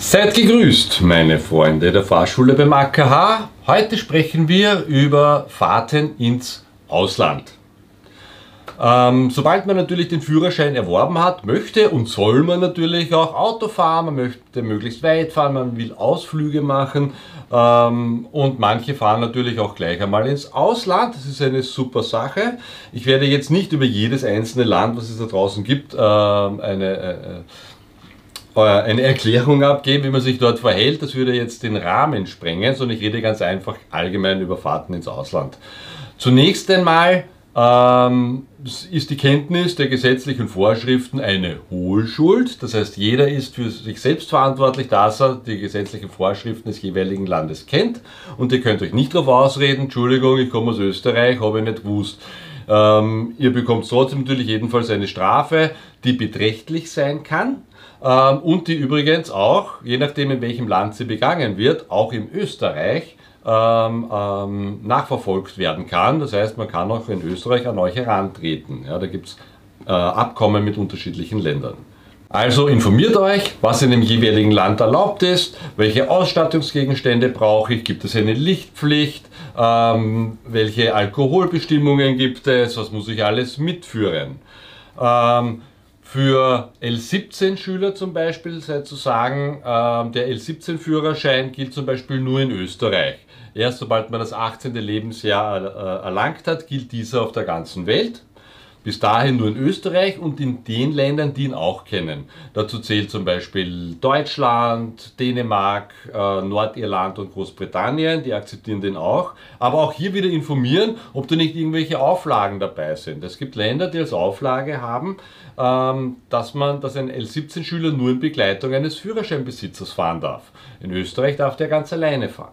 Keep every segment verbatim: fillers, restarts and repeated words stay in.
Seid gegrüßt, meine Freunde der Fahrschule beim A K H. Heute sprechen wir über Fahrten ins Ausland. Ähm, sobald man natürlich den Führerschein erworben hat, möchte und soll man natürlich auch Auto fahren, man möchte möglichst weit fahren, man will Ausflüge machen ähm, und manche fahren natürlich auch gleich einmal ins Ausland. Das ist eine super Sache. Ich werde jetzt nicht über jedes einzelne Land, was es da draußen gibt, äh, eine... Äh, eine Erklärung abgeben, wie man sich dort verhält. Das würde jetzt den Rahmen sprengen, sondern ich rede ganz einfach allgemein über Fahrten ins Ausland. Zunächst einmal ähm, ist die Kenntnis der gesetzlichen Vorschriften eine Hohlschuld. Das heißt, jeder ist für sich selbst verantwortlich, dass er die gesetzlichen Vorschriften des jeweiligen Landes kennt. Und ihr könnt euch nicht darauf ausreden, Entschuldigung, ich komme aus Österreich, habe ich nicht gewusst. Ähm, ihr bekommt trotzdem natürlich jedenfalls eine Strafe, die beträchtlich sein kann. Ähm, und die übrigens auch, je nachdem in welchem Land sie begangen wird, auch in Österreich ähm, ähm, nachverfolgt werden kann. Das heißt, man kann auch in Österreich an euch herantreten. Ja, da gibt es äh, Abkommen mit unterschiedlichen Ländern. Also informiert euch, was in dem jeweiligen Land erlaubt ist, welche Ausstattungsgegenstände brauche ich, gibt es eine Lichtpflicht, ähm, welche Alkoholbestimmungen gibt es, was muss ich alles mitführen. Ähm, Für L siebzehn Schüler zum Beispiel sei zu sagen, äh, der L siebzehn Führerschein gilt zum Beispiel nur in Österreich. Erst sobald man das achtzehnte Lebensjahr äh, erlangt hat, gilt dieser auf der ganzen Welt. Bis dahin nur in Österreich und in den Ländern, die ihn auch kennen. Dazu zählt zum Beispiel Deutschland, Dänemark, äh, Nordirland und Großbritannien, die akzeptieren den auch. Aber auch hier wieder informieren, ob da nicht irgendwelche Auflagen dabei sind. Es gibt Länder, die als Auflage haben, ähm, dass man, dass ein L siebzehn Schüler nur in Begleitung eines Führerscheinbesitzers fahren darf. In Österreich darf der ganz alleine fahren.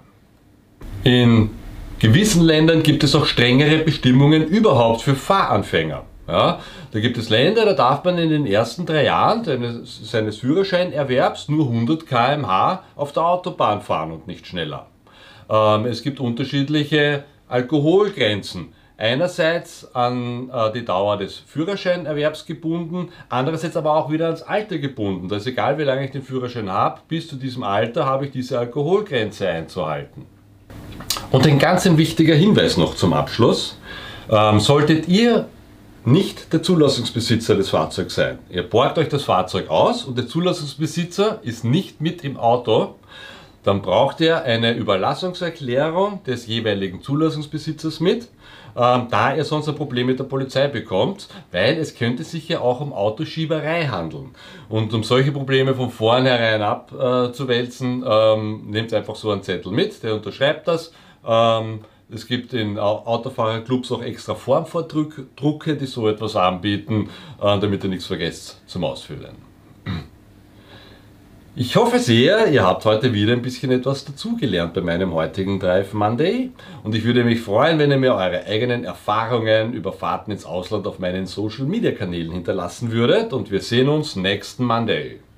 In gewissen Ländern gibt es auch strengere Bestimmungen überhaupt für Fahranfänger. Ja, da gibt es Länder, da darf man in den ersten drei Jahren seines, seines Führerscheinerwerbs nur hundert Kilometer pro Stunde auf der Autobahn fahren und nicht schneller. Ähm, es gibt unterschiedliche Alkoholgrenzen. Einerseits an äh, die Dauer des Führerscheinerwerbs gebunden, andererseits aber auch wieder ans Alter gebunden. Das ist egal, wie lange ich den Führerschein habe, bis zu diesem Alter habe ich diese Alkoholgrenze einzuhalten. Und ein ganz ein wichtiger Hinweis noch zum Abschluss. Ähm, solltet ihr nicht der Zulassungsbesitzer des Fahrzeugs sein. Ihr borgt euch das Fahrzeug aus und der Zulassungsbesitzer ist nicht mit im Auto, dann braucht ihr eine Überlassungserklärung des jeweiligen Zulassungsbesitzers mit, ähm, da ihr sonst ein Problem mit der Polizei bekommt, weil es könnte sich ja auch um Autoschieberei handeln. Und um solche Probleme von vornherein abzuwälzen, äh, ähm, nehmt einfach so einen Zettel mit, der unterschreibt das. Ähm, Es gibt in Autofahrerclubs auch extra Formvordrucke, die so etwas anbieten, damit ihr nichts vergesst zum Ausfüllen. Ich hoffe sehr, ihr habt heute wieder ein bisschen etwas dazugelernt bei meinem heutigen Drive Monday und ich würde mich freuen, wenn ihr mir eure eigenen Erfahrungen über Fahrten ins Ausland auf meinen Social Media Kanälen hinterlassen würdet und wir sehen uns nächsten Monday.